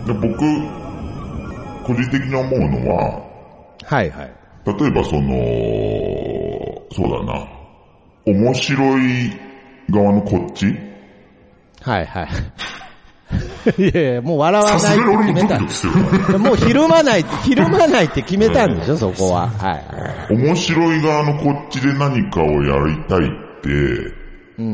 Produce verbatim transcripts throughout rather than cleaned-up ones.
で僕、個人的に思うのは、 はいはい。 例えばその、そうだな、面白い側のこっちはいはい。いやいや、もう笑わないって決めた。 さすがに俺もドキドキする。 もうひるまない、ひるまないって決めたんでしょ、そこは。はい。 面白い側のこっちで何かをやりたいって、うん。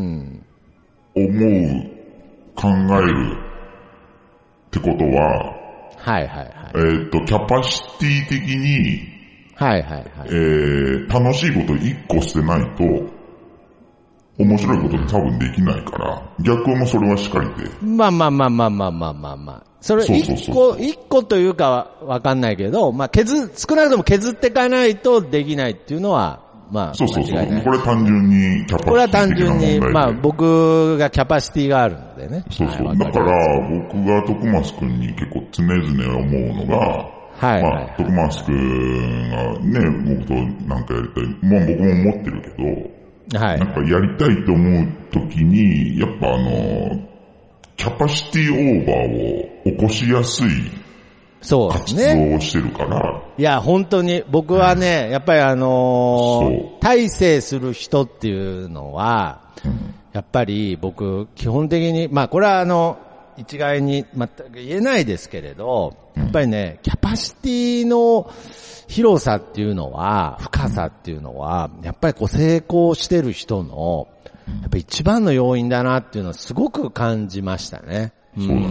思う、考えるってことは、 はいはいはい。 えーっと、キャパシティ的に、 はいはいはい。 えー、楽しいこと一個してないと、面白いことって多分できないから、逆もそれはしかりで。 まあまあまあまあまあまあまあまあ。それ一個、一個というかはわかんないけど、まあ削、少なくとも削っていかないとできないっていうのは、まあ、 そうそうそう。これ単純にキャパシティ的な問題で。 これは単純に、まあ僕がキャパシティがあるのでね。 そうそう。だから僕が徳松くんに結構常々思うのが、はい。まあ、徳松くんがね、僕となんかやりたい。まあ僕も思ってるけど、はい。なんかやりたいと思うときに、やっぱあの、キャパシティオーバーを起こしやすいそうですね。 活動をしてるから。 いや、本当に僕はね、うん、やっぱりあのー、大成する人っていうのは、うん、やっぱり僕、基本的に、まあこれはあの、一概に全く言えないですけれど、やっぱりね、キャパシティの広さっていうのは、深さっていうのは、やっぱりこう成功してる人の、やっぱ一番の要因だなっていうのをすごく感じましたね。 そうだね。うん、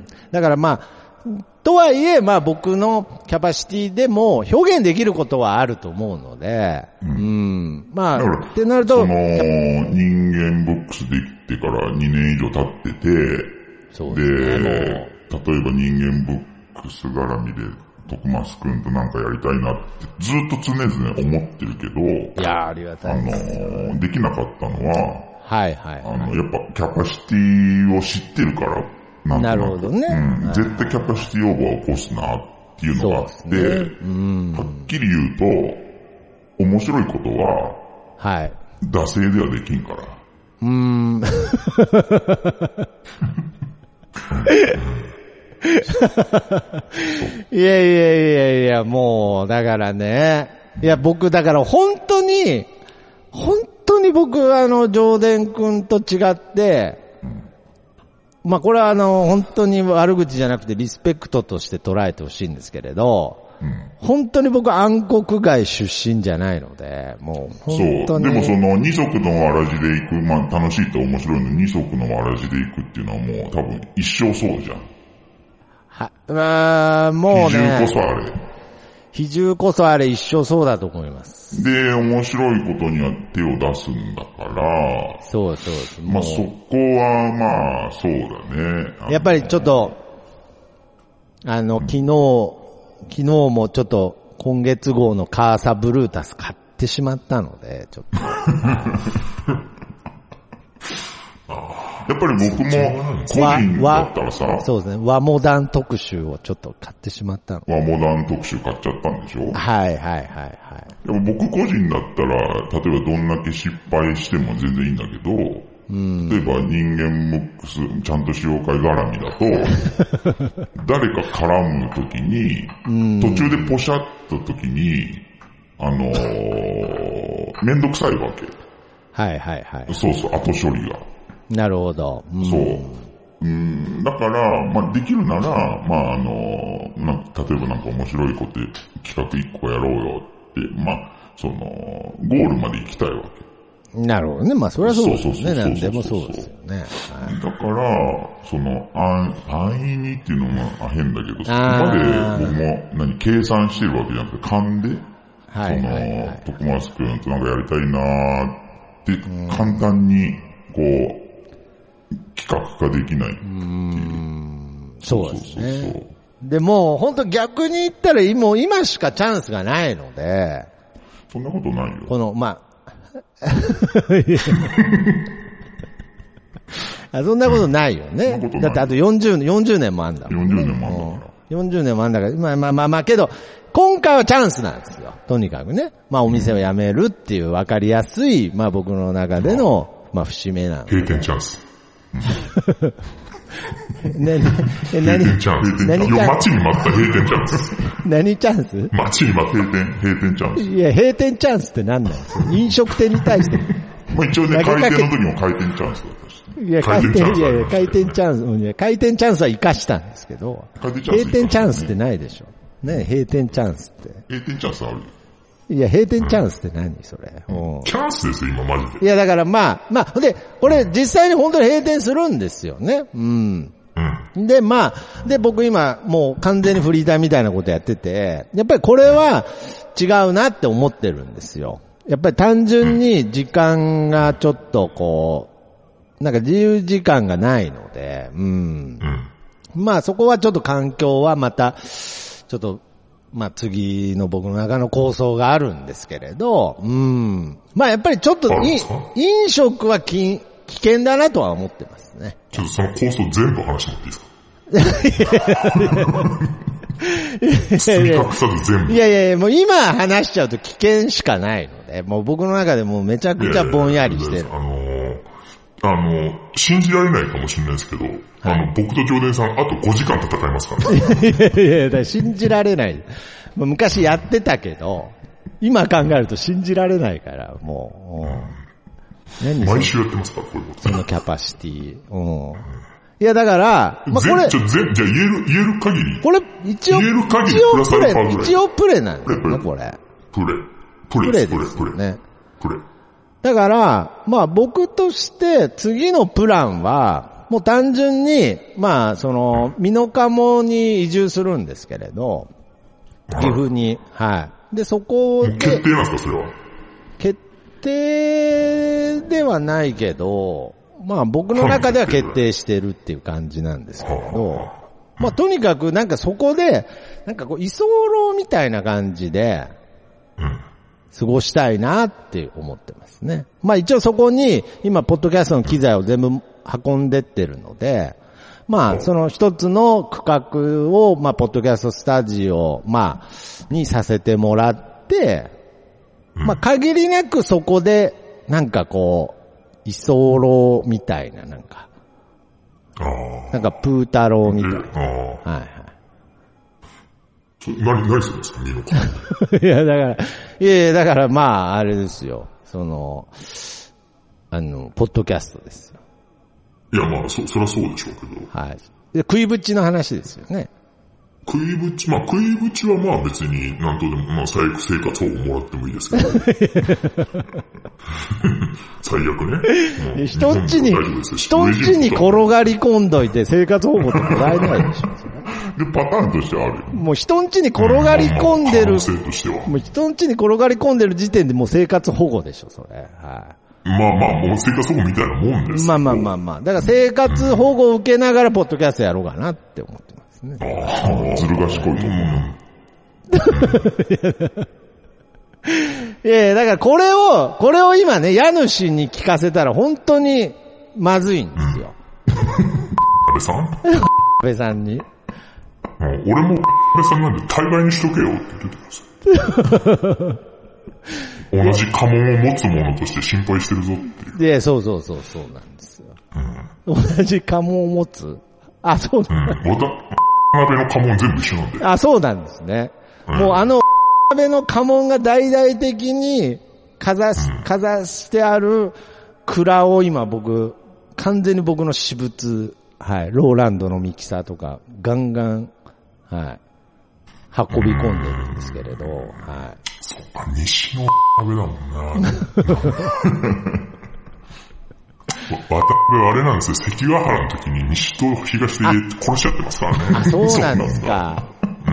だからまあ、とはいえ、まあ僕のキャパシティでも表現できることはあると思うので、うん。うん、まあ、ってなると、 その、人間ボックスできてからにねん以上経ってて、 そうですね。 で、例えば人間ボックス絡みで、徳松くんとなんかやりたいなってずっと常々思ってるけど、 いやありがたいです。 あの、できなかったのは、 はいはい、はい。 あの、やっぱキャパシティを知ってるから、 なんなるほどね。 うん。絶対キャパシティオーバーを起こすなっていうのがあって、ね、うん、はっきり言うと、面白いことは、はい。惰性ではできんから。 うーん。いやいやいやいや、もう、だからね。いや、僕、だから本当に、本当に僕、あの、上田くんと違って、うん、まあ、これはあの、本当に悪口じゃなくてリスペクトとして捉えてほしいんですけれど、うん、本当に僕暗黒街出身じゃないので、もう本当に。 そう。でもその二足のわらじで行く、まあ楽しいと面白いのに二足のわらじで行くっていうのはもう多分一生そうじゃん。 は、まあ、もうね。 比重こそあれ。 比重こそあれ一生そうだと思います。 で、面白いことには手を出すんだから。 そうそうです。 まあそこはまあそうだね。 やっぱりちょっと、あの、うん、昨日、昨日もちょっと今月号のカーサブルータス買ってしまったので、ちょっと。 やっぱり僕も個人だったらさ、 そうですね、和モダン特集をちょっと買ってしまったの。 和モダン特集買っちゃったんでしょ？ はいはいはいはい。 でも僕個人だったら、例えばどんだけ失敗しても全然いいんだけど、うん、例えば人間ボックスちゃんと使用会絡みだと、誰か絡むときに、うん、途中でポシャったときに、あのー、めんどくさいわけ。 はいはいはい。 そうそう、後処理が。 なるほど。 うん、そう。うん、だから、まあ、できるなら、まあ、あの、まあ、例えばなんか面白いこと企画一個やろうよって、まあ、その、ゴールまで行きたいわけ。 なるほどね。まあ、それはそうですよね。何でもそうですよね。はい、 だから、その、安易にっていうのも変だけど、そこまで僕も何、計算してるわけじゃなくて、勘で、はい、その、はいはい、徳松くんとなんかやりたいなーって、簡単に、こう、企画化できないっていう。うーん、そうですね。そうそうそう。でも、本当逆に言ったら、もう今しかチャンスがないので。 そんなことないよ。 この、まあ、そんなことないよね。だってあとよんじゅう、よんじゅうねんもあんだもん、ね。 よんじゅうねんもあんだから。 よんじゅうねんもあんだから。まあまあまあまあ、けど、今回はチャンスなんですよ。とにかくね。まあお店を辞めるっていう分かりやすい、まあ僕の中での、まあ節目なので。 閉店チャンス。 何、 閉店チャンス。何チャンス。待ちに待った閉店チャンス。 何チャンス？ 待ちに待った閉店、閉店チャンス。 いや、閉店チャンスって何なんですか？飲食店に対して。 まあ一応ね、開店の時も開店チャンスだったし。 いや、開店、いやいや、開店チャンス、いや、開店チャンスは生かしたんですけど、閉店チャンスってないでしょ。ね、閉店チャンスって。 閉店チャンスある？ いや、閉店チャンスって何それ、 うん。チャンスですよ、今マジで。 いや、だからまあ、まあ、で、これ実際に本当に閉店するんですよね。うん。うん。で、まあ、で、僕今、もう完全にフリーターみたいなことやってて、やっぱりこれは違うなって思ってるんですよ。やっぱり単純に時間がちょっとこう、なんか自由時間がないので、うん。うん、まあそこはちょっと環境はまた、ちょっと、まあ次の僕の中の構想があるんですけれど、うん。まあやっぱりちょっと飲食はき危険だなとは思ってますね。 ちょっとその構想全部話してもらっていいですか？包み隠さず全部。 いやいやいや、もう今話しちゃうと危険しかないので、もう僕の中でもうめちゃくちゃぼんやりしてる。 いやいやいやあのー、あのー、信じられないかもしれないですけど、はい、あの、僕と常連さんあとごじかん戦いますからね。 いやいや、だから信じられない。昔やってたけど、今考えると信じられないから、もう。うん、 何毎週やってますから、こういうこと。 そのキャパシティ。うん。いや、だから、まあ、これ。 ちょ、ぜ、じゃあ言える、言える限り。 これ、一応、 言える限りプラスアルファぐらい。 一応プレなんですね、これ。 プレ。プレ。 プレですよね。 プレ。 だから、まあ僕として次のプランは、もう単純に、まあその、美濃加茂に移住するんですけれど、岐阜に、はい。で、そこで。 決定なんですか、それは。 決定ではないけど、まあ僕の中では決定してるっていう感じなんですけれど、まあとにかくなんかそこで、なんかこう居候みたいな感じで、過ごしたいなって思ってますね。まあ一応そこに今ポッドキャストの機材を全部運んでってるので、まあその一つの区画をまあポッドキャストスタジオまあにさせてもらって、まあ限りなくそこでなんかこう居候みたいななんか、なんかプー太郎みたいな、はいはい。 何、何するんですか、美濃加茂。いや、だから、いやいや、だから、まあ、あれですよ。その、あの、ポッドキャストですよ。 いや、まあ、そ、そりゃそうでしょうけど。 はい。で、食いぶちの話ですよね。 食いぶち、まあ、食いぶちはまあ別に何とでも、まあ、生活保護もらってもいいですけど。最悪ね。 人んちに、人んちに転がり込んどいて生活保護ってもらえないでしょ。 で、パターンとしてはあるよ。 もう人んちに転がり込んでる。 可能性としては。 もう人んちに転がり込んでる時点でもう生活保護でしょ、それ。はい。 まあまあ、もう生活保護みたいなもんです。 まあまあまあまあ。だから生活保護を受けながらポッドキャストやろうかなって思ってますね。 ああ、ずる賢いと思う。 いやいや、だからこれを、これを今ね、家主に聞かせたら本当にまずいんですよ。 安倍さん安倍さんに。 俺も安倍さんなんで対外にしとけよって言ってください。同じ家紋を持つ者として心配してるぞっていう。 いや、そうそうそう、そうなんですよ。うん、同じ家紋を持つあ、そうなんです。 うん。渡辺の家紋全部一緒なんで。 あ、そうなんですね。うん、もうあの、渡辺の家紋が大々的にかざし、うん、かざしてある蔵を今僕、完全に僕の私物、はい、ローランドのミキサーとか、ガンガン、はい、運び込んでるんですけれど、はい。 そうか、西の安倍だもんな。渡辺はあれなんですよ、関ヶ原の時に西と東で殺しちゃってますからね。 あ、そうなんですか。うん、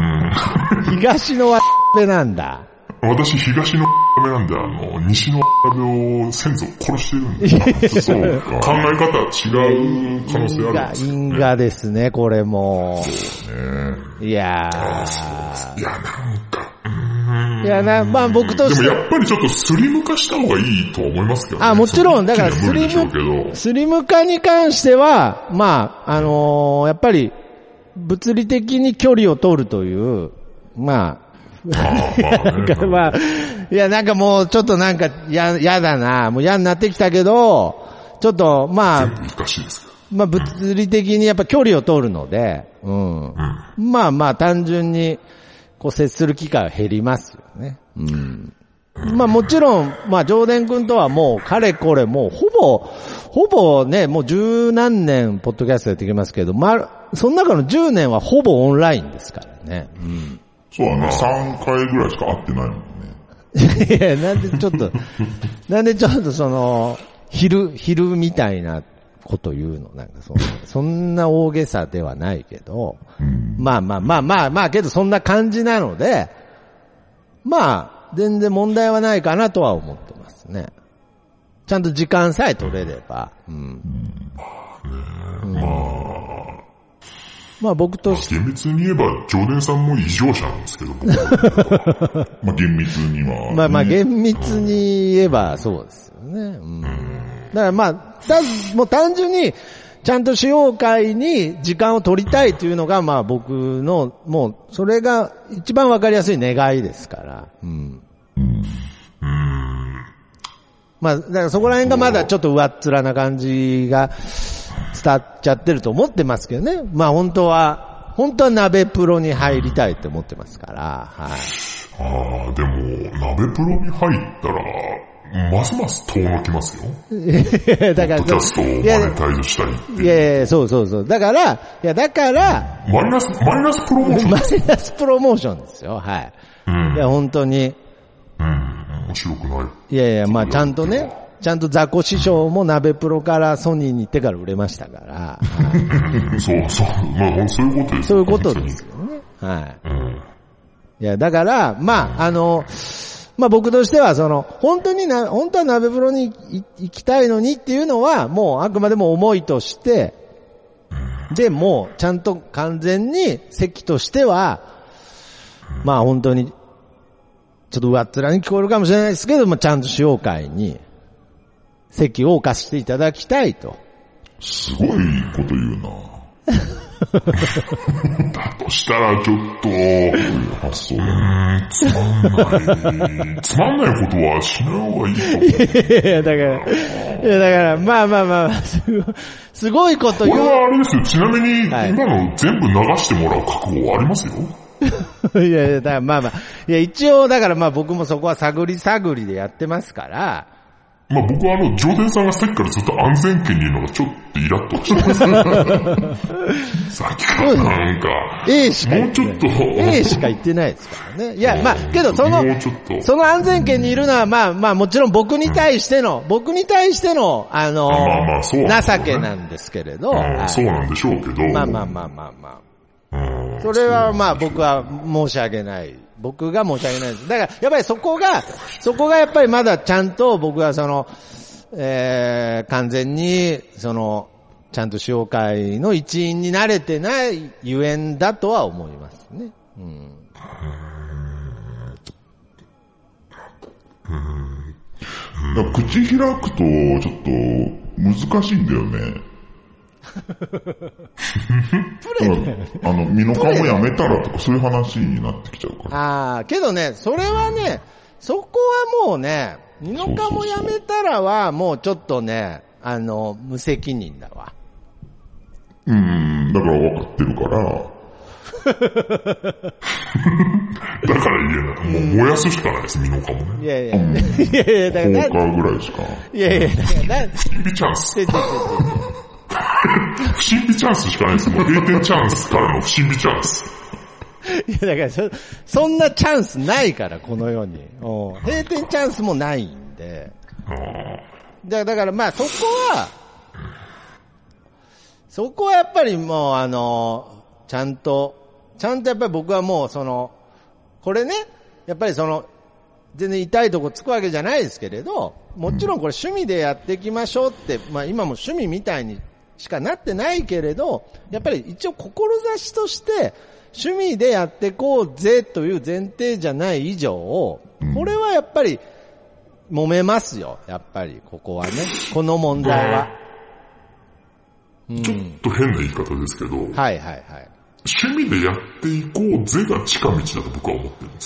東の安倍なんだ。 私、東の安倍なんで、あの、西の安倍を先祖殺してるんで、そう、考え方違う可能性あるんですよ、ね。 因果ですね、これも。 そうね。 いやー。いや、なんか、 いやな、まあ僕として。 でもやっぱりちょっとスリム化した方がいいと思いますけどね。 あ、もちろん、だからスリム、スリム化に関しては、まあ、あのー、やっぱり、物理的に距離を取るという、まあ、 あまあね、 まあ、いや、なんかもうちょっとなんかや、やだな、もう嫌になってきたけど、ちょっとまあ、 難しいですまあ物理的にやっぱ距離を取るので、うん。うん、まあまあ単純に、こう接する機会は減りますよね。うん。まあもちろん、まあジョーデン君とはもう、かれこれもうほぼ、ほぼね、もう十何年ポッドキャストやってきますけど、まあ、その中のじゅうねんはほぼオンラインですからね。うん。 そうだね、さんかいぐらいしか会ってないもんね。 いや、なんでちょっと、なんでちょっとその、昼、昼みたいなこと言うのなんかそんな、そんな大げさではないけど、うん、まあまあまあまあまあけどそんな感じなので、まあ、全然問題はないかなとは思ってますね。ちゃんと時間さえ取れれば。うん。うん、まあ、まあ僕として。 厳密に言えば、ジョーデンさんも異常者なんですけど、僕は。まあ厳密には、ね。 まあまあ厳密に言えばそうですよね。うん。だからまあ、たもう単純に、ちゃんと使用会に時間を取りたいというのが、まあ僕の、もう、それが一番わかりやすい願いですから。うん。うん。まあ、だからそこら辺がまだちょっと上っ面な感じが伝わっちゃってると思ってますけどね。まあ本当は、本当は鍋プロに入りたいって思ってますから。はい。 ああ、でも、鍋プロに入ったら、ますます遠のきますよ。 だから、 ポッドキャストをマネタイズしたいっていう。 いやいや、そうそうそう。だから、いや、だから、 マイナス、マイナスプロモーション。 マイナスプロモーションですよ。はい。うん、いや、本当に。 うん、面白くない。 いやいや、まあちゃんとね、ちゃんとザコ師匠も鍋プロからソニーに行ってから売れましたから。 そうそう。まあ、そういうことですよね。 そういうことですよね。はい。うん、いや、だから、まあ、あの、まあ僕としてはその、本当にな、本当は鍋プロに行きたいのにっていうのは、もうあくまでも思いとして、で、もうちゃんと完全に席としては、まあ本当に、ちょっと上っ面に聞こえるかもしれないですけども、ちゃんと使用会に席を置かせていただきたいと。 すごいこと言うな。だとしたらちょっと、発想だね。つまんない。つまんないことはしない方がいいと思う。 いや、だから、いや、だから、まあまあまあ、すごい、すごいこと言う。 これはあれですよ。ちなみに、今の全部流してもらう覚悟はありますよ。 いやいや、だからまあまあ、いや一応、だからまあ僕もそこは探り探りでやってますから、 まあ僕はあの、ジョーデンさんがさっきからずっと安全圏にいるのがちょっとイラッとしてます。さっきからなんか、 A しかもうちょっと A しか言ってないですからね。いや、まあ、けどその、その安全圏にいるのはまあまあもちろん僕に対しての、僕に対しての、あの、まあまあそうね、情けなんですけれど、 はい、そうなんでしょうけど、 まあまあまあまあまあ。それはまあ僕は申し訳ない。僕が申し訳ないです。だからやっぱりそこが、そこがやっぱりまだちゃんと僕はその、えー、完全にその、ちゃんと使用会の一員になれてないゆえんだとは思いますね。うん。 うん。口開くとちょっと難しいんだよね。あの、身の皮もやめたらとかそういう話になってきちゃうから。 ああ、けどね、それはね、そこはもうね、身の皮もやめたらはもうちょっとね、あの、無責任だわ。 うーん、だから分かってるから。だから言えない。もう燃やすしかないです、身の皮もね。 いやいや、うん、いやいや、だから。 放火ぐらいしか。 いやいや、だから、 不審火チャンス。不審火チャンスしかないです。もう閉店チャンスからの不審火チャンス。 いや、だからそ、そんなチャンスないから、この世に。閉店チャンスもないんで。だだからまあそこは、そこはやっぱりもうあの、ちゃんと、ちゃんとやっぱり僕はもうその、これね、やっぱりその、全然痛いとこつくわけじゃないですけれど、もちろんこれ趣味でやっていきましょうって、まあ今も趣味みたいにしかなってないけれど、やっぱり一応志として趣味でやっていこうぜという前提じゃない以上、これはやっぱり揉めますよ、やっぱりここはね、この問題は。 うん、ちょっと変な言い方ですけど、 はいはいはい。 趣味でやっていこうぜが近道だと僕は思ってるんですよ。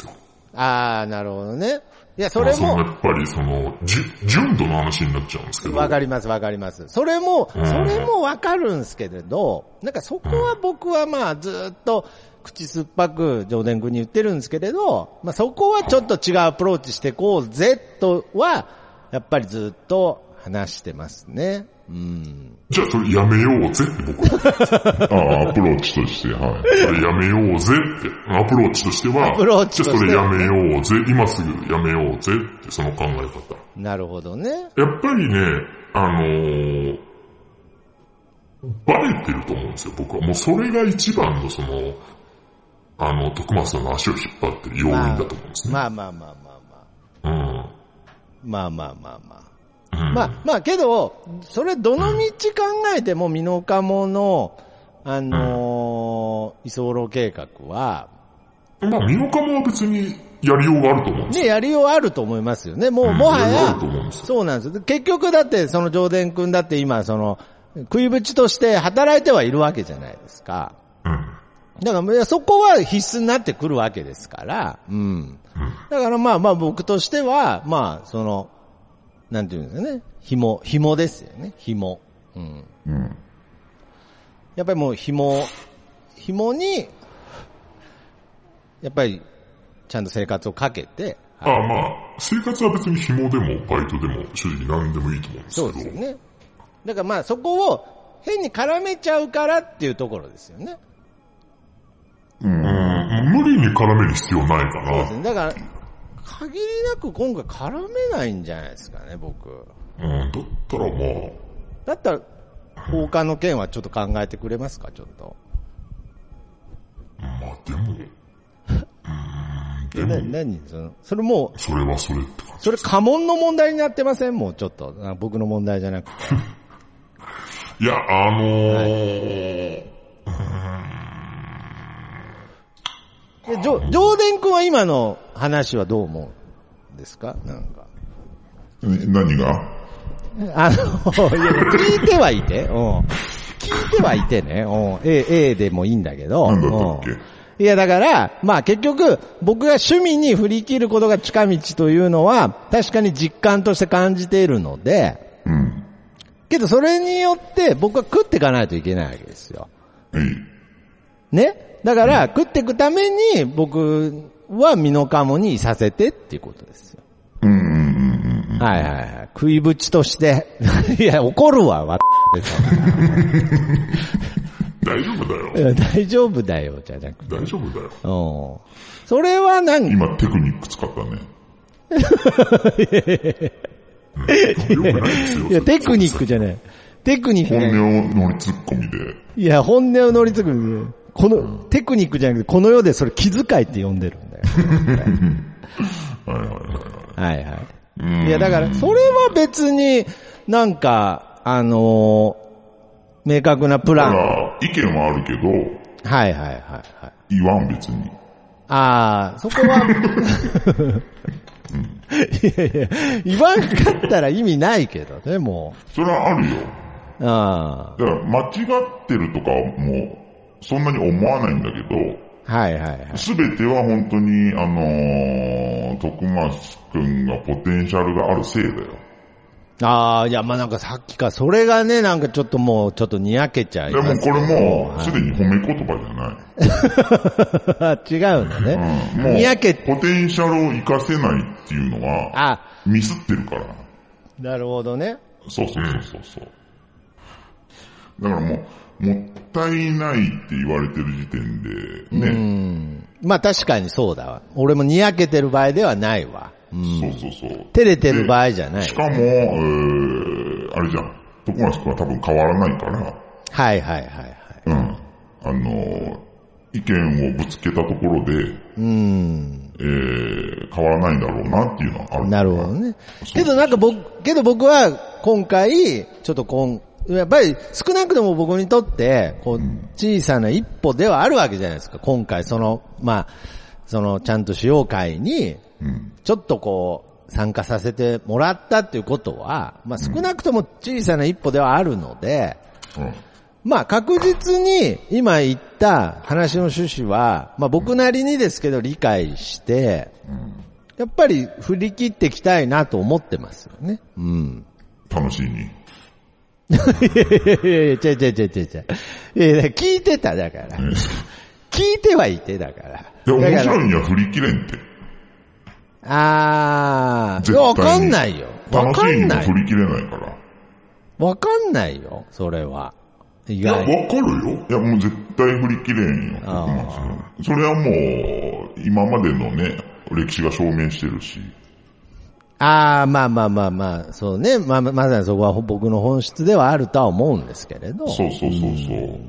ああ、なるほどね。いや、それも。 まあ、そのやっぱりその、じゅ、純度の話になっちゃうんですけど。 わかります、わかります。それも、それもわかるんですけれど、なんかそこは僕はまあずっと口酸っぱく上田君に言ってるんですけれど、まあそこはちょっと違うアプローチしてこうぜとは、やっぱりずっと話してますね。うん。 じゃあそれやめようぜって僕は。ああ、アプローチとして、はい。それやめようぜって。アプローチとしては、 アプローチとして、 じゃあそれやめようぜ、今すぐやめようぜってその考え方。 なるほどね。 やっぱりね、あのー、バレてると思うんですよ、僕は。もうそれが一番のその、あの、徳松さんの足を引っ張ってる要因だと思うんですね。 まあまあまあまあまあ。 うん。 まあまあまあまあ。 うん、 まあ、まあけど、それどの道考えても、美濃加茂の、あのー、居候計画は、 まあ、美濃加茂は別にやりようがあると思うんですよ。 ね、やりようあると思いますよね。もう、うん、もはや、そうなんです。結局だって、その上田君だって今、その、食いぶちとして働いてはいるわけじゃないですか。 うん。 だから、そこは必須になってくるわけですから、うん。うん、だからまあまあ僕としては、まあ、その、なんていうんですかね。紐、紐ですよね。紐。うん。 うん。 やっぱりもう紐、紐に、やっぱり、ちゃんと生活をかけて。 ああ、まあ、生活は別に紐でもバイトでも正直何でもいいと思うんですけど。 そうですよね。だからまあそこを変に絡めちゃうからっていうところですよね。 うん。無理に絡める必要ないかな。 そうですね。だから、限りなく今回絡めないんじゃないですかね、僕。 うん、だったらまあ。 だったら、放火の件はちょっと考えてくれますか、ちょっと。 まあでも、 うん、でも。な、何その、それもう、 それはそれって感じ。 それ家紋の問題になってません？もうちょっと。僕の問題じゃなくて。 いや、あのー、はいで上田君は今の話はどう思うんですか？なんか。 何が？ あの、いや、聞いてはいて、うん。聞いてはいてね、うん。A、A でもいいんだけど。 なんだったっけ？ うん、いや、だから、まあ結局、僕が趣味に振り切ることが近道というのは、確かに実感として感じているので、 うん。 けどそれによって僕は食っていかないといけないわけですよ。 うん。 ね？だから、うん、食っていくために僕は美濃加茂にいさせてっていうことですよ。 うんうんうんうん。 はいはいはい。食いぶちとして。いや、怒るわ、わ大丈夫だよ。 大丈夫だよ、じゃなくて。 大丈夫だよ。 うん。それは何？ 今テクニック使ったね。 うん、よくないですよ。いや、テクニックじゃない。テクニック。 本音を乗りツッコミで。 いや、本音を乗りツッコミで。この、うん、テクニックじゃなくて、この世でそれ気遣いって呼んでるんだよ。 はいはいはい。 はいはい。いや、だから、それは別になんか、あのー、明確なプラン。 だから意見はあるけど。 はいはいはいはい。 言わん別に。 ああ、そこは、うん、いやいや、言わんかったら意味ないけどね、もう。それはあるよ。 ああ。 だから間違ってるとかも、そんなに思わないんだけど、 はいはいはい。 すべては本当に、あのー、徳松くんがポテンシャルがあるせいだよ。 ああ、いや、まあ、なんかさっきからそれがね、なんかちょっともう、ちょっとにやけちゃいます。 でもこれもう、すでに褒め言葉じゃない。 違うんだね。 うん、もう、にやけポテンシャルを活かせないっていうのは、 あミスってるから。 なるほどね。 そうそうそうそうそう。だからもう、もったいないって言われてる時点で、ね。 うん。まあ確かにそうだわ。俺もにやけてる場合ではないわ。うん、 そうそうそう。 照れてる場合じゃない。 しかも、えー、あれじゃん。徳松くんは多分変わらないから。 はいはいはいはい。 うん。あの、意見をぶつけたところで、 うん。 えー、変わらないんだろうなっていうのはある。 なるほどね。けどなんか僕、けど僕は今回、ちょっとこん、やっぱり少なくとも僕にとって、こう、小さな一歩ではあるわけじゃないですか。今回その、まあ、その、ちゃんと使用会に、ちょっとこう、参加させてもらったっていうことは、まあ少なくとも小さな一歩ではあるので、 まあ確実に今言った話の趣旨は、まあ僕なりにですけど理解して、うん、やっぱり振り切っていきたいなと思ってますよね。うん。 楽しいに。 いやいやいやいや、ちゃちゃちゃちゃちゃ。いやいや、聞いてただから。聞いてはいてだから。いや、面白いには振り切れんって。 あー、わかんないよ。 楽しいには振り切れないから。 わかんないよ、それは。 いや、わかるよ。いや、もう絶対振り切れんよ。それはもう、今までのね、歴史が証明してるし。 ああ、まあまあまあまあ、そうね。まあ、まさにそこは僕の本質ではあるとは思うんですけれど。 そうそうそうそう。うん、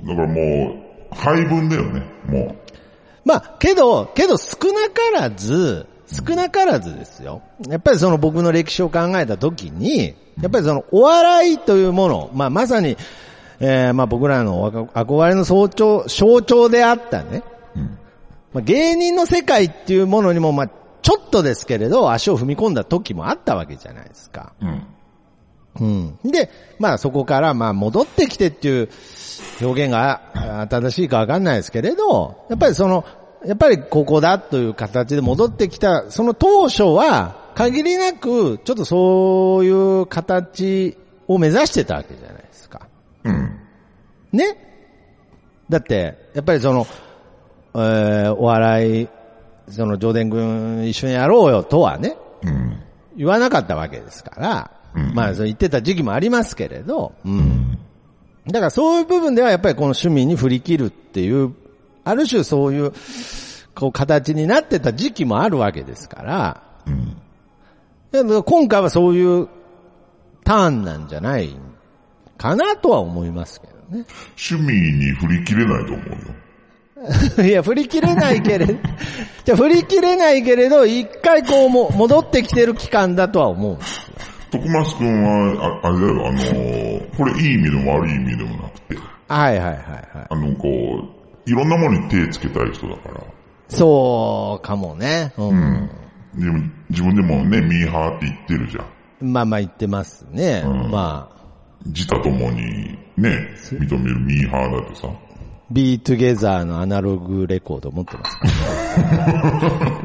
だからもう、配分だよね、もう。 まあ、けど、けど少なからず、少なからずですよ。やっぱりその僕の歴史を考えたときに、やっぱりそのお笑いというもの、まあまさに、えー、まあ僕らの憧れの象徴、象徴であったね。うんまあ、芸人の世界っていうものにも、まあ、ちょっとですけれど、足を踏み込んだ時もあったわけじゃないですか。うん。うん。で、まあそこから、まあ戻ってきてっていう表現が正しいかわかんないですけれど、やっぱりその、やっぱりここだという形で戻ってきた、その当初は、限りなく、ちょっとそういう形を目指してたわけじゃないですか。うん。ね？だって、やっぱりその、えー、お笑い、その上田君一緒にやろうよとはね、うん、言わなかったわけですから、うん、まあそう言ってた時期もありますけれど、うん。だからそういう部分ではやっぱりこの趣味に振り切るっていう、ある種そういう、こう形になってた時期もあるわけですから、うん、だから今回はそういうターンなんじゃないかなとは思いますけどね。 趣味に振り切れないと思うよ。 いや、振り切れないけれど、じゃ振り切れないけれど、一回こうも戻ってきてる期間だとは思うんですよ。 徳松くんは、あ、あれだよ、あのー、これいい意味でも悪い意味でもなくて。 はいはいはいはい。 あの、こう、いろんなものに手つけたい人だから。 そうかもね。うん。うん、 でも自分でもね、ミーハーって言ってるじゃん。 まあまあ言ってますね。うん、まあ。 自他ともにね、認めるミーハーだとさ。 ビートゥゲザーのアナログレコード持ってますから、ね。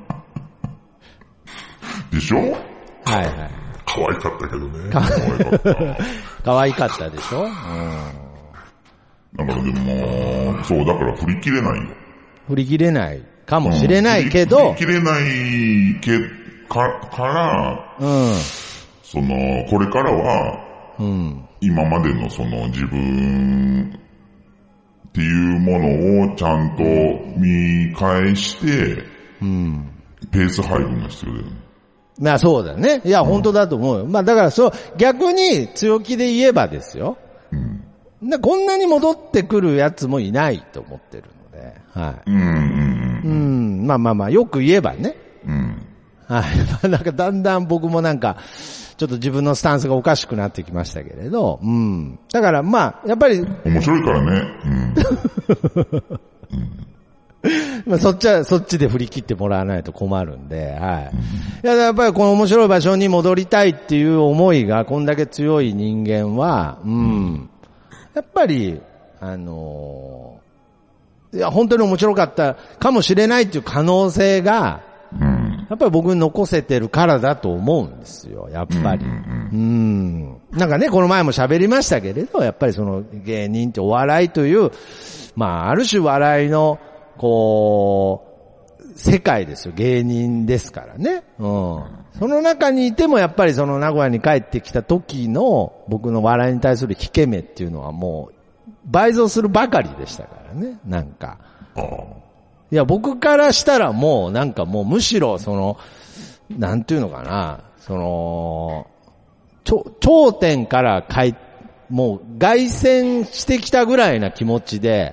でしょ？はいはい。 可愛かったけどね。 可愛かった。可愛かったでしょ？うん。 だからでも、そう、だから振り切れないよ。 振り切れないかもしれないけど。 うん、振り切れないけ、か、から、うん。その、これからは、うん。今までのその自分、っていうものをちゃんと見返して、うん、ペース配分が必要だよね。 まあそうだね。いや、うん、本当だと思うよ。まあだからそう、逆に強気で言えばですよ。うん、こんなに戻ってくるやつもいないと思ってるので。はい。うん、うん、うん。まあまあまあ、よく言えばね。うん。はい。なんかだんだん僕もなんか、ちょっと自分のスタンスがおかしくなってきましたけれど、うん。だからまあ、やっぱり。 面白いからね。うん。 うん、まあそっちは、そっちで振り切ってもらわないと困るんで、はい。いや、やっぱりこの面白い場所に戻りたいっていう思いがこんだけ強い人間は、うん。やっぱり、あのー、いや、本当に面白かったかもしれないっていう可能性が、うん、やっぱり僕に残せてるからだと思うんですよ、やっぱり。うん、うん、なんかね、この前も喋りましたけれど、やっぱりその芸人ってお笑いという、まあ、ある種笑いの、こう、世界ですよ、芸人ですからね。うん。その中にいてもやっぱりその名古屋に帰ってきた時の僕の笑いに対する引け目っていうのはもう倍増するばかりでしたからね、なんか。いや、僕からしたらもうなんかもうむしろその、なんていうのかな、その、頂点からかい、もう凱旋してきたぐらいな気持ちで、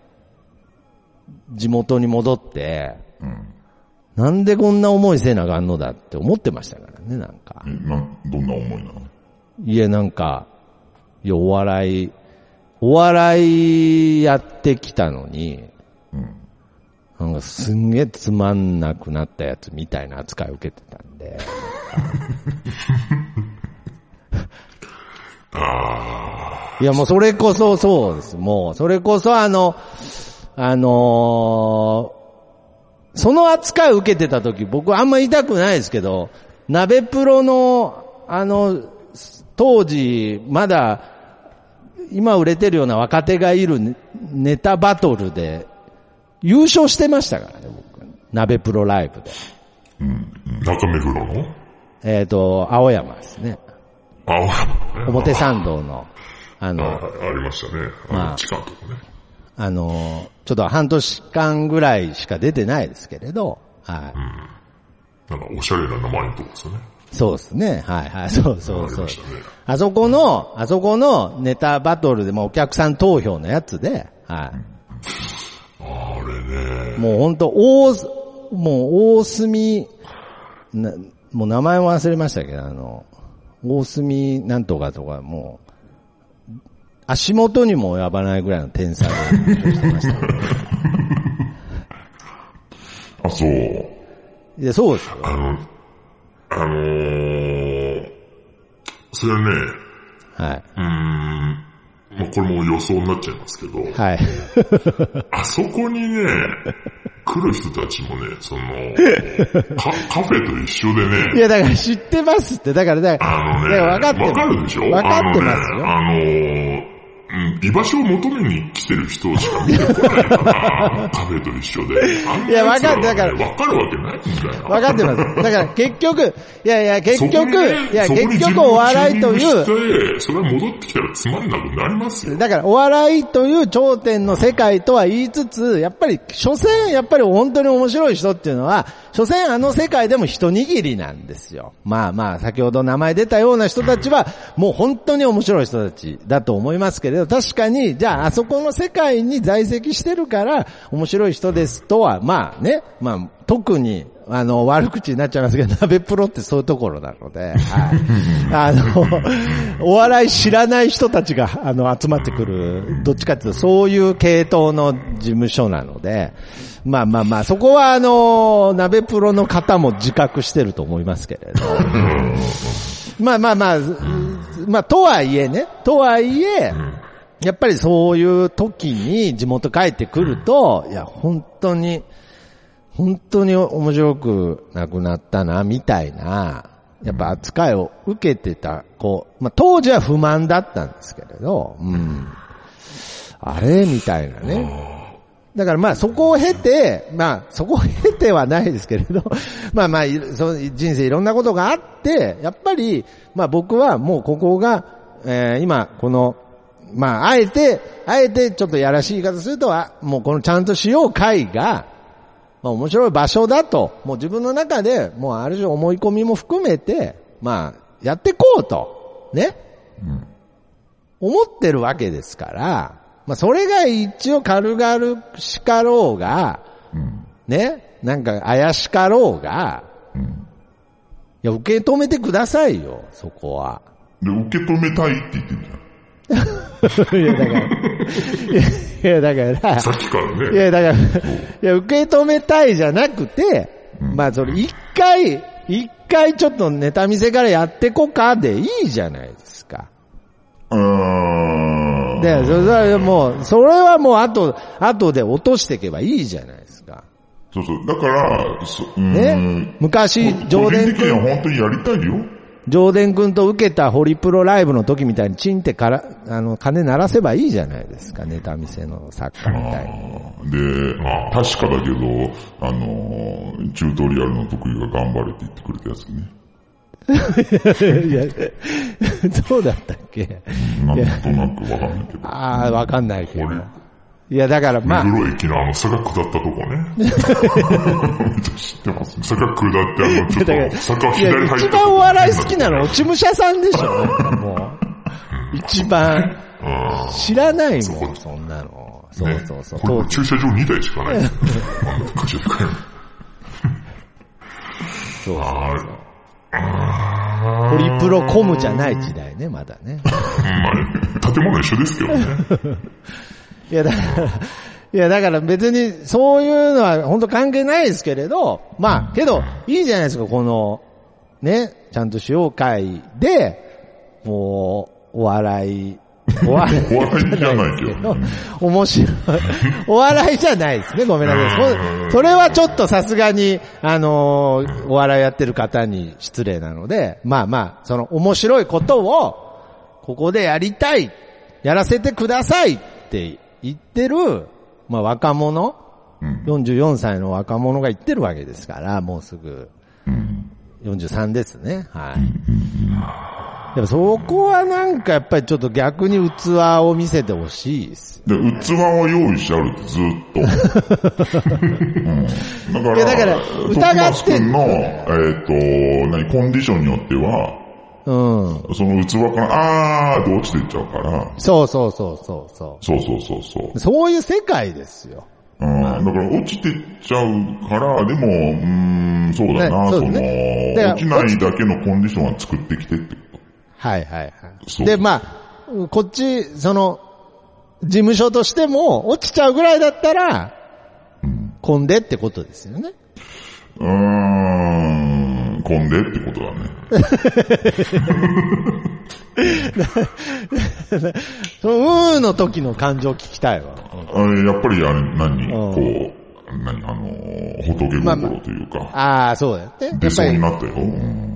地元に戻って、うん、なんでこんな思いせなあかんのだって思ってましたからね、なんか。 え、な、どんな思いなの？ いや、なんか、いや、お笑い、お笑いやってきたのに、うんなんかすんげえつまんなくなったやつみたいな扱いを受けてたんで。 ああ。 いやもうそれこそそうです。もう、それこそあの、あのー、その扱いを受けてた時、僕はあんま言いたくないですけど、鍋プロの、あの、当時、まだ、今売れてるような若手がいるネタバトルで、優勝してましたからね、僕。鍋プロライブで。 うん。中目黒のえっと、青山ですね。 青山ね。 表参道の、あの、 あ, ありましたね。あの、地下のとこね。 あの、ちょっと半年間ぐらいしか出てないですけれど、はい。 うん。なんかおしゃれな名前のとこですよね。 そうですね。はいはい。そうそうそう。あ, ね、 あそこの、あそこのネタバトルでもお客さん投票のやつで、はい。 あれね。 もうほんと、大、もう大隅、な、もう名前も忘れましたけど、あの、大隅なんとかとか、もう、足元にも及ばないぐらいの点差で優勝してました、ね。 あ、そう。 いや、そうですよ。 あの、あのー、それはね、 はい。 うーん、まあ、これも予想になっちゃいますけど、 はい。 あそこにね、来る人たちもね、その、カ, カフェと一緒でね。 いや、だから知ってますって。だから、だから、 あのね、 分かってます。 分かるでしょ？ 分かってますよ。 あのね、あの、うん、居場所を求めに来てる人しか見てこないから、カフェと一緒で。 いや、分かって、だから。 分かるわけないんだよ。 分かってます。だから結局、いやいや、結局、ね、いや、結局お笑いという。 それは戻ってきたらつまんなくなりますよ。 だからお笑いという頂点の世界とは言いつつ、やっぱり、所詮、やっぱり本当に面白い人っていうのは、所詮あの世界でも一握りなんですよ。まあまあ、先ほど名前出たような人たちは、もう本当に面白い人たちだと思いますけれど、確かに、じゃああそこの世界に在籍してるから面白い人ですとは、まあね、まあ特にあの悪口になっちゃいますけど、鍋プロってそういうところなので、はい、あのお笑い知らない人たちがあの集まってくる、どっちかっていうとそういう系統の事務所なので、まあまあまあそこはあの鍋プロの方も自覚してると思いますけれど。まあまあまあ、まあとはいえね、とはいえ。やっぱりそういう時に地元帰ってくると、いや、本当に、本当に面白くなくなったな、みたいな、やっぱ扱いを受けてた子、まあ当時は不満だったんですけれど、うん。あれみたいなね。だからまあそこを経て、まあそこを経てはないですけれど、まあまあ、その人生いろんなことがあって、やっぱり、まあ僕はもうここが、えー、今この、まあ、あえて、あえてちょっとやらしい言い方するとは、もうこのちゃんとしよう会が、まあ面白い場所だと、もう自分の中で、もうある種思い込みも含めて、まあ、やってこうと、ね、うん、思ってるわけですから、まあそれが一応軽々しかろうが、うん、ね、なんか怪しかろうが、うん、いや、受け止めてくださいよ、そこは。 で、受け止めたいって言ってるじゃん。 いや、だから、いや、だから、 さっきからね。 いや、だから、いや、受け止めたいじゃなくて、うん、まあ、それ一回、一回ちょっとネタ見せからやってこかでいいじゃないですか。 うーん。 で、それはもう、それはもう後、後で落としていけばいいじゃないですか。 そうそう。だから、そね、昔、 上田君。個人的には本当にやりたいよ。 上田君と受けたホリプロライブの時みたいにチンってから、あの、金鳴らせばいいじゃないですか、ネタ見せの作家みたいに。で、まあ、確かだけど、あの、チュートリアルの得意が頑張れって言ってくれたやつね。 いや、そうだったっけ？ なんとなくわかんないけど。 ああ、わかんないけど。いや、だからまあ。 目黒駅のあの坂下ったとこね。知ってます。坂下ってあの、ちょっと坂左入った。 一番お笑い好きなの落ち武者さんでしょ、もう。一番。知らないもん、そんなの。そうそうそう。 これ駐車場にだいしかない。 そうそうそう。ホリプロコムじゃない時代ね、まだね。 まあ、建物一緒ですけどね。 いや、だから、いや、だから別にそういうのは本当関係ないですけれど、まあ、けど、いいじゃないですか、この、ね、ちゃんとしよう会で、もう、お笑いお笑いお笑いじゃないけど。 面白い。お笑いじゃないですね。ごめんなさい。そ, それはちょっとさすがに、あのー、お笑いやってる方に失礼なので、まあまあ、その面白いことを、ここでやりたい、やらせてくださいって言ってる、まあ若者、うん、よんじゅうよんさいの若者が言ってるわけですから、もうすぐ、よんじゅうさんですね。はい。でもそこはなんかやっぱりちょっと逆に器を見せてほしいです。 で、器は用意してあるってずっと。うん、だから、いやだから疑ってトマス君の、えっ、ー、と、何、コンディションによっては、うん。その器からあーって落ちていっちゃうから。 そうそうそうそうそう。 そうそうそうそう。 そういう世界ですよ。 うん、だから落ちてっちゃうから、でも、うーん、そうだな、ね、そ, その、落ちないだけのコンディションは作ってきてってこと。 はいはいはい。そうで、まあ、こっち、その、事務所としても、落ちちゃうぐらいだったら、うん、混んでってことですよね。 うーん、混んでってことだね。 その、うーの時の感情聞きたいわ。 あれ、やっぱりあれ、何、うん、こう、何、あの、仏心というか。まあ、 まあ、あそうだよね。 出そうになったよ。うん、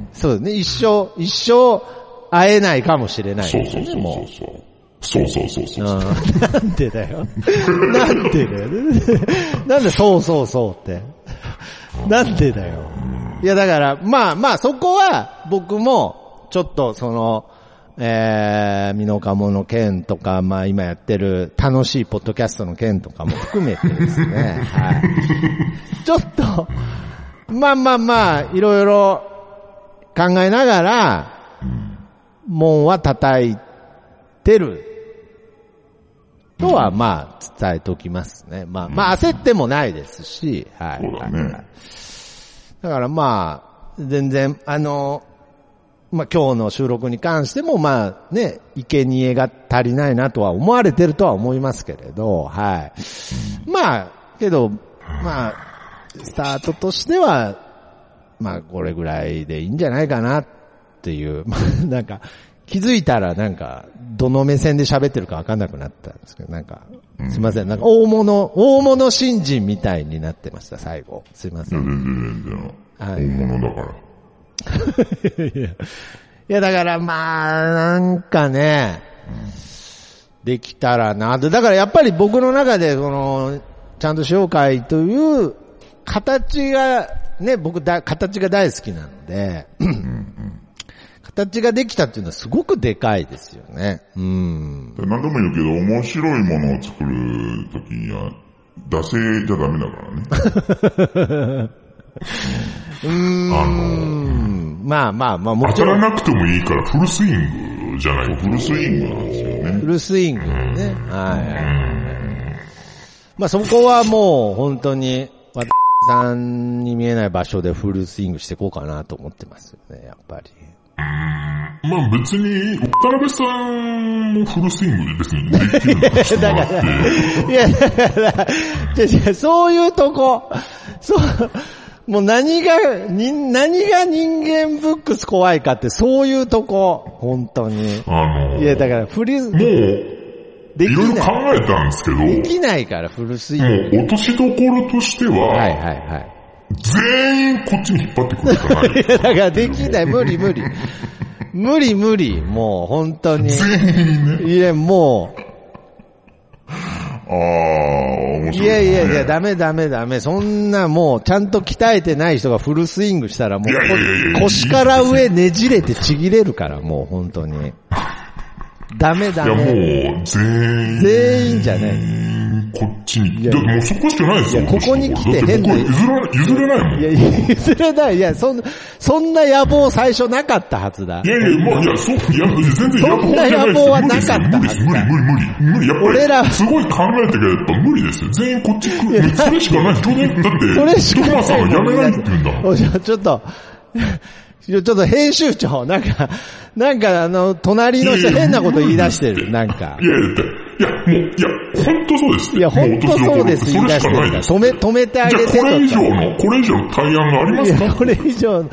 そうですね。一生、一生会えないかもしれない、 ね。そうそうそうそう。そうそうそうそう。 なんでだよ。なんでだよ。なんでそうそうそうって。なんでだよ。いやだから、まあまあそこは僕もちょっとその、えー、ミノカモの件とか、まあ今やってる楽しいポッドキャストの件とかも含めてですね、はい。ちょっと、まあまあまあ、いろいろ考えながら、門は叩いてるとはまあ伝えておきますね。まあまあ焦ってもないですし、はい。 そうだね。 だからまあ、全然、あの、まあ今日の収録に関してもまあね、生贄が足りないなとは思われてるとは思いますけれど、はい。まあ、けど、まあ、スタートとしては、まあこれぐらいでいいんじゃないかなっていう、まあなんか、気づいたらなんか、どの目線で喋ってるか分かんなくなったんですけど、なんか、すいません、なんか大物、大物新人みたいになってました、最後。すいません。 いや、全然全然。はい、大物だから。 いや、いやだからまあ、なんかね、うん、できたらな。だからやっぱり僕の中で、その、ちゃんとしよう会という形が、ね、僕だ、形が大好きなので、うんうん形ができたっていうのはすごくでかいですよね。うん。 何度も言うけど、面白いものを作るときには、惰性じゃダメだからね。 うーん。あの、まあまあまあ、もちろん。当たらなくてもいいから、フルスイングじゃないと。フルスイングなんですよね。 フルスイングね。はい。まあそこはもう本当に、私さんに見えない場所でフルスイングしていこうかなと思ってますよね、やっぱり。 うーんまあ別に、岡辺さんもフルスイングで別にできるのかしてもらって。 いや、だから、いやそういうとこ、そう、もう何が、に、何が人間ブックス怖いかってそういうとこ、本当に。 あのー、 いや、だからフリー、 もう、いろいろ考えたんですけど。 できないから、フルスイング。 もう落としどころとしては、 はいはいはい。 全員こっちに引っ張ってくるしかない。 いや、だからできない。無理無理。無理無理。もう本当に。 全員ね。 いや、もう。 ああ、面白い、ね。 いやいやいや、ダメダメダメ。そんなもう、ちゃんと鍛えてない人がフルスイングしたらもう、いやいやいや腰から上ねじれてちぎれるから、もう本当に。ダメダメ。 いやもう、全員。 全員じゃない。 こっちに。いや、もうそこしかないですよ。 いや、ここに来て変な。 譲ら、譲れないもん。 いや、譲れない。いや、そんな、そんな野望最初なかったはずだ。 いやいや、まあ、いや、そう、いや、全然野望じゃないです。 そんな野望はなかったはずだ。 無理です、無理、無理、無理。無理、やっぱり。俺ら、すごい考えてくれやっぱ無理ですよ。全員こっち来る。それしかない。去年、だって、 それしかない。 ドクマさんはやめないって言うんだ。 ちょっと、ちょっと編集長、なんか、なんかあの、隣の人変なこと言い出してる、なんか。 いやいや、いや、もう、いや、本当そうです。 いや、本当そうです、言い出してる。止め、止めてあげてと。 じゃあこれ以上の、これ以上の対案がありますか？ いや、これ以上、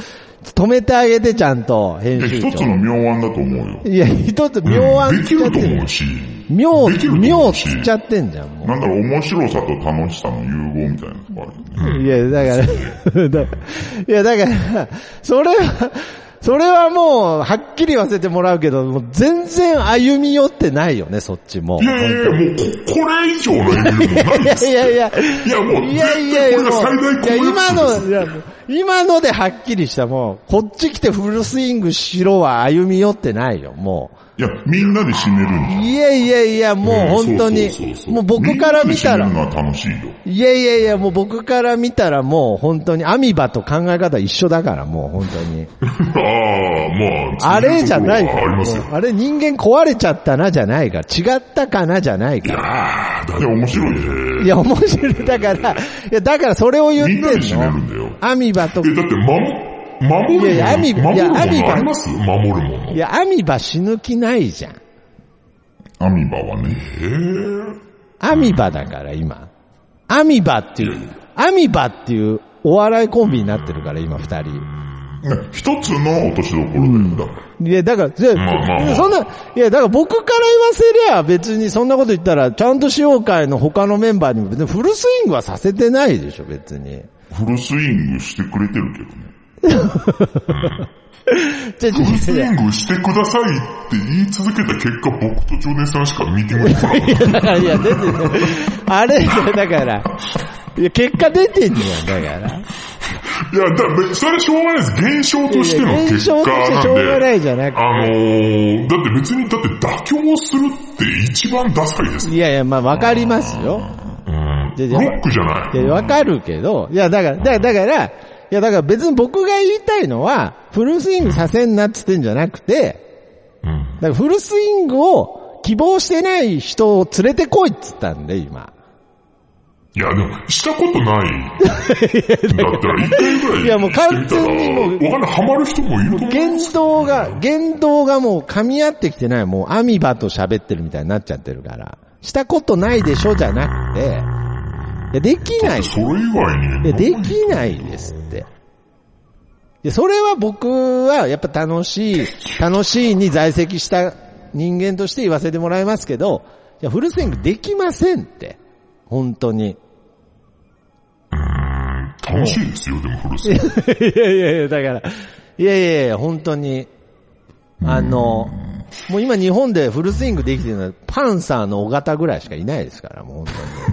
止めてあげてちゃんと、編集長。 一つの妙案だと思うよ。 いや、一つ妙案できると思うし。 妙、妙つっちゃってんじゃん、もう。 なんだろう、面白さと楽しさの融合みたいなのがあるよね。 いや、だからだ、いや、だから、それは、それはもう、はっきり言わせてもらうけど、もう全然歩み寄ってないよね、そっちも。 いやいやいや、もうこ、これ以上の歩みもないです。 いやいやいや、 いやもう、 いやいやいや、 これが最大公約数です。 いや、今の、いや、今のではっきりした、もう、こっち来てフルスイングしろは歩み寄ってないよ、もう。 いや、みんなで死ねるんじゃん。 いやいやいや、もう本当に、もう僕から見たら、 みんなで死ねるのは楽しいよ。 いやいやいや、もう僕から見たらもう本当にアミバと考え方一緒だから、もう本当に。 ああ、まあ、 あれじゃないかありら、 ますよ。 あれ人間壊れちゃったなじゃないから、違ったかなじゃないから。 いや、面白いね。 いや、面白い。だから、いや、だからそれを言ってんの。 みんなで死ねるんだよ。 アミバと。 え、だって、ま、守るもの。 いやいやアミバ守るものいやアミバあります守るもの。 いや、アミバ死ぬ気ないじゃん。 アミバはね。へー。 アミバだから今。アミバっていう、アミバっていうお笑いコンビになってるから今二人。 一つの落としどころだよ、だから。 いや、だから、 まあまあまあそんな、いや、だから僕から言わせりゃ別にそんなこと言ったら、ちゃんと使用会の他のメンバーにも別にフルスイングはさせてないでしょ、別に。 フルスイングしてくれてるけどね。 フルフルスイングしてくださいって言い続けた結果、僕とジョネさんしかミーティングに来なかった。 いや、だから、いや、出てる。あれ、だから、いや、結果出てんじゃん、だから。 いや、だ、それしょうがないです。現象としての結果なんで。 現象としてしょうがないじゃなくて。 あのー、だって別に、だって妥協するって一番ダサいです。 いやいや、まあ、わかりますよ。 うん。ロックじゃない。 いや、わかるけど、いや、だから、だから、だから、いや、だから別に僕が言いたいのは、フルスイングさせんなって言ってんじゃなくて、うん。だからフルスイングを希望してない人を連れてこいって言ったんで、今。 いや、でも、したことない。だったら一回ぐらい。 いや、もう完全にもう、 わかんない、ハマる人もいると思う。 言動が、言動がもう噛み合ってきてない。もうアミバと喋ってるみたいになっちゃってるから。したことないでしょじゃなくて、いや、できない。 それ以外に。 いや、できないですって。で、それは僕はやっぱ楽しい、楽しいに在籍した人間として言わせてもらいますけど、いや、フルスイングできませんって。本当に。 うーん、楽しいですよ、でもフルスイング。 いやいやいや、だから、いやいやいや、本当に、あの、もう今日本でフルスイングできてるのはパンサーの尾形ぐらいしかいないですから、もう本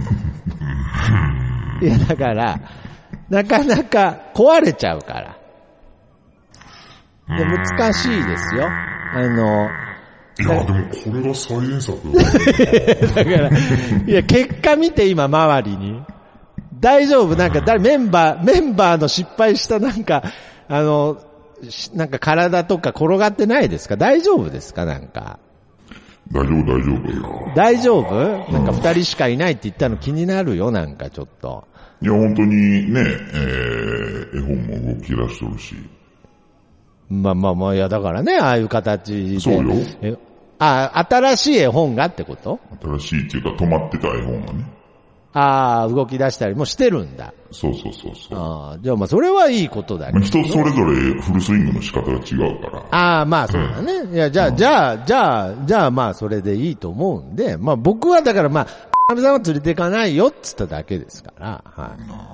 当に。いや、だから、なかなか壊れちゃうから。で、難しいですよ。あの、 いや、でもこれが再現作だから、いや、結果見て今周りに。大丈夫なんか誰、メンバー、メンバーの失敗したなんか、あの、なんか体とか転がってないですか？大丈夫ですか？なんか。 大丈夫、大丈夫。 大丈夫？なんか二人しかいないって言ったの気になるよ、なんかちょっと。 いや、本当にね、えー、絵本も動き出しとるし。 まあまあまあ、いやだからね、ああいう形で。 そうよ。 え、あ、新しい絵本がってこと？ 新しいっていうか止まってた絵本がね。 ああ、動き出したりもしてるんだ。 そうそうそうそう。 ああ、じゃあまあそれはいいことだけど。 人それぞれフルスイングの仕方が違うから。 ああ、まあそうだね。うん、いや、じゃあ、うん、じゃあ、じゃあ、じゃあまあそれでいいと思うんで、まあ僕はだからまあ、かみさんは連れていかないよっつっただけですから、はい。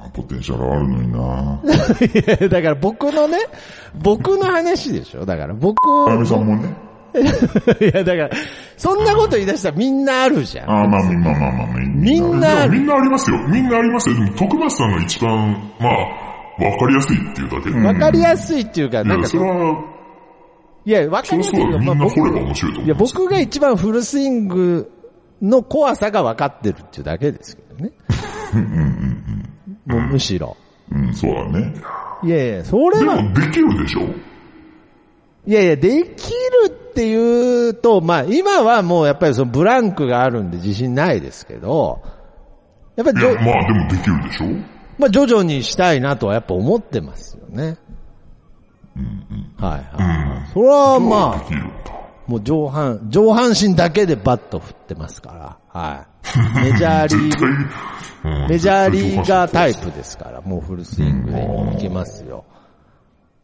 ポテンシャルあるのにな。 いや、だから僕のね、僕の話でしょ。だから僕。 かみさんもね。 いや、だから、そんなこと言い出したらみんなあるじゃん。 ああ、まあ、まあまあまあまあ、 みんなある。 みんなありますよ。みんなありますよ。でも、徳松さんが一番、まあ、わかりやすいっていうだけで。 わかりやすいっていうか、なんか。 いや、それは、 いや、わかりやすい。 そうそう、みんな掘れば面白いと思う。 いや、僕が一番フルスイングの怖さが分かってるっていうだけですけどね。 うんうんうんもうむしろ。 うん、そうだね。 いやいや、それは。 でも、できるでしょ？ いやいや、できるっていうと、まあ今はもうやっぱりそのブランクがあるんで自信ないですけど、やっぱり、 いや、まあでもできるでしょ？ まあ徐々にしたいなとはやっぱ思ってますよね。 うんうん。 はいはい。うん、それはまあ、 できるか。 もう上半、上半身だけでバット振ってますから、はい。メジャーリーグ、うん、メジャーリーガータイプですから、もうフルスイングでいきますよ。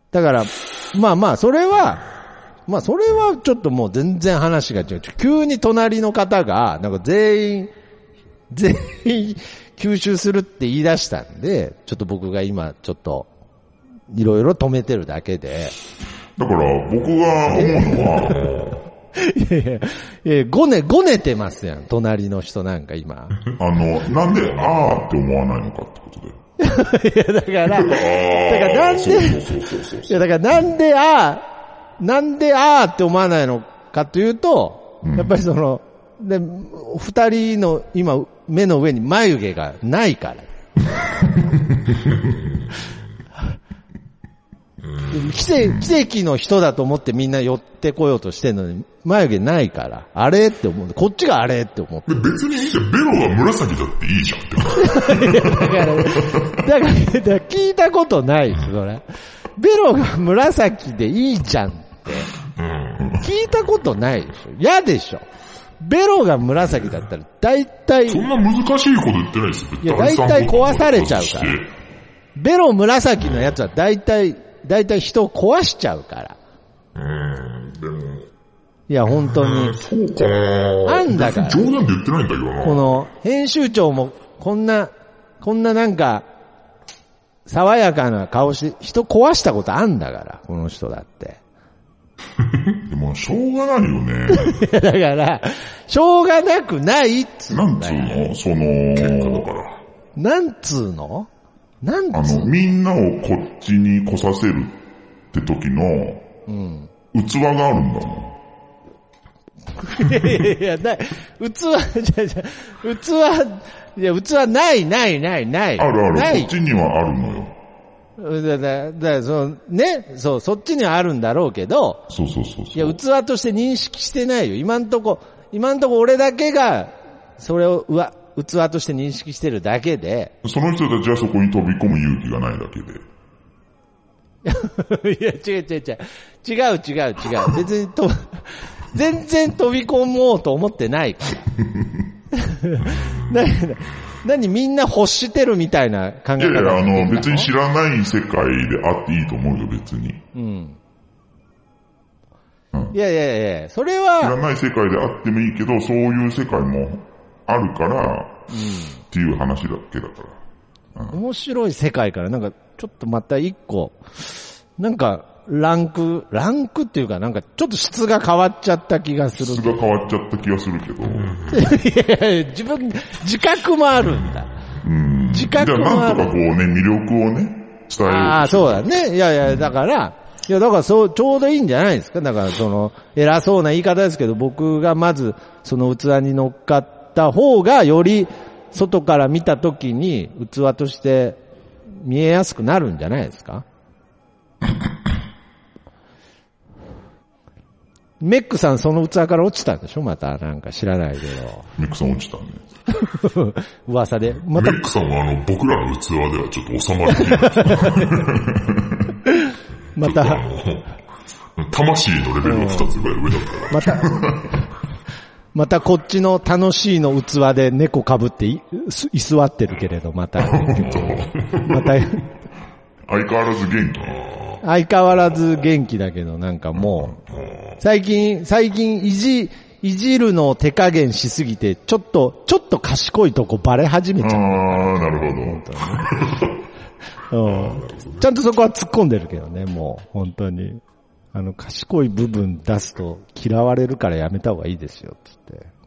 だから、まあまあ、それは、まあそれはちょっともう全然話が違う。急に隣の方が、なんか全員、全員吸収するって言い出したんで、ちょっと僕が今ちょっと、いろいろ止めてるだけで。 だから僕が思うのは、 いやいや、いやごね、ごねてますやん、隣の人なんか今。 あの、なんで、あーって思わないのかってことで。 いや、だから、だからなんで、いや、だからなんで、あー、なんで、あーって思わないのかというと、うん、やっぱりその、で、二人の今、目の上に眉毛がないから。奇跡、奇跡の人だと思ってみんな寄ってこようとしてんのに、眉毛ないから、あれって思う。こっちがあれって思って。 別にいいじゃん。ベロが紫だっていいじゃんって。 いやだから、だから、だから聞いたことないです、それ。ベロが紫でいいじゃんって。うん、聞いたことないでしょ。嫌でしょ。ベロが紫だったら、大体。 そんな難しいこと言ってないですよ。 いや、大体壊されちゃうから。ベロ紫のやつは大体、大体人を壊しちゃうから。 うーん、でも。 いや、本当に。 そうかな。 なんだから。 冗談で言ってないんだけどな。 この、編集長も、こんな、こんななんか、爽やかな顔して、人壊したことあんだから、この人だって。 でも、しょうがないよね。 だから、しょうがなくないっつうなんつうのその、結果だから。 なんつうのなんつうのあの、みんなをこっちに来させるって時の、うん、器があるんだもん。 いやいやいや、ない、器、じゃじゃ、器、いや、器ないないないない。 あるある、 ない。 こっちにはあるのよ。 だだだそのね、そう、そっちにはあるんだろうけど、 そうそうそうそう。 いや、器として認識してないよ。今んとこ、今んとこ俺だけが、それを、うわ、器として認識してるだけで。 その人たちはそこに飛び込む勇気がないだけで。いや、違う違う違う。違う違う違う。別にと、全然飛び込もうと思ってないから。何、何みんな欲してるみたいな考え方。 いやいや、あの、別に知らない世界であっていいと思うよ、別に。うん。うん、いやいやいや、それは。 知らない世界であってもいいけど、そういう世界もあるから、うん、っていう話だけだから、 うん。面白い世界から、なんか、ちょっとまた一個、なんか、ランク、ランクっていうかなんかちょっと質が変わっちゃった気がする。 質が変わっちゃった気がするけど。 いやいや自分、自覚もあるんだ。 うん。自覚もある。なんとかこうね、魅力をね、伝える。 ああ、そうだね。いやいや、だから、いやだからそう、ちょうどいいんじゃないですか。だからその、偉そうな言い方ですけど、僕がまずその器に乗っかった方がより外から見たときに器として見えやすくなるんじゃないですか。メックさんその器から落ちたんでしょまたなんか知らないけど。 メックさん落ちたね。 噂で。またメックさんはあの僕らの器ではちょっと収まりにまた。 魂のレベルが二つぐらい上だったから。 また、またこっちの楽しいの器で猫被ってい居座ってるけれど、また。また。 相変わらず元気。 相変わらず元気だけど、なんかもう、最近、最近いじ、いじるのを手加減しすぎて、ちょっと、ちょっと賢いとこバレ始めちゃう。 ああ、なるほど。 本当に、うん。ちゃんとそこは突っ込んでるけどね、もう、本当に。あの、賢い部分出すと嫌われるからやめた方がいいですよ、つって。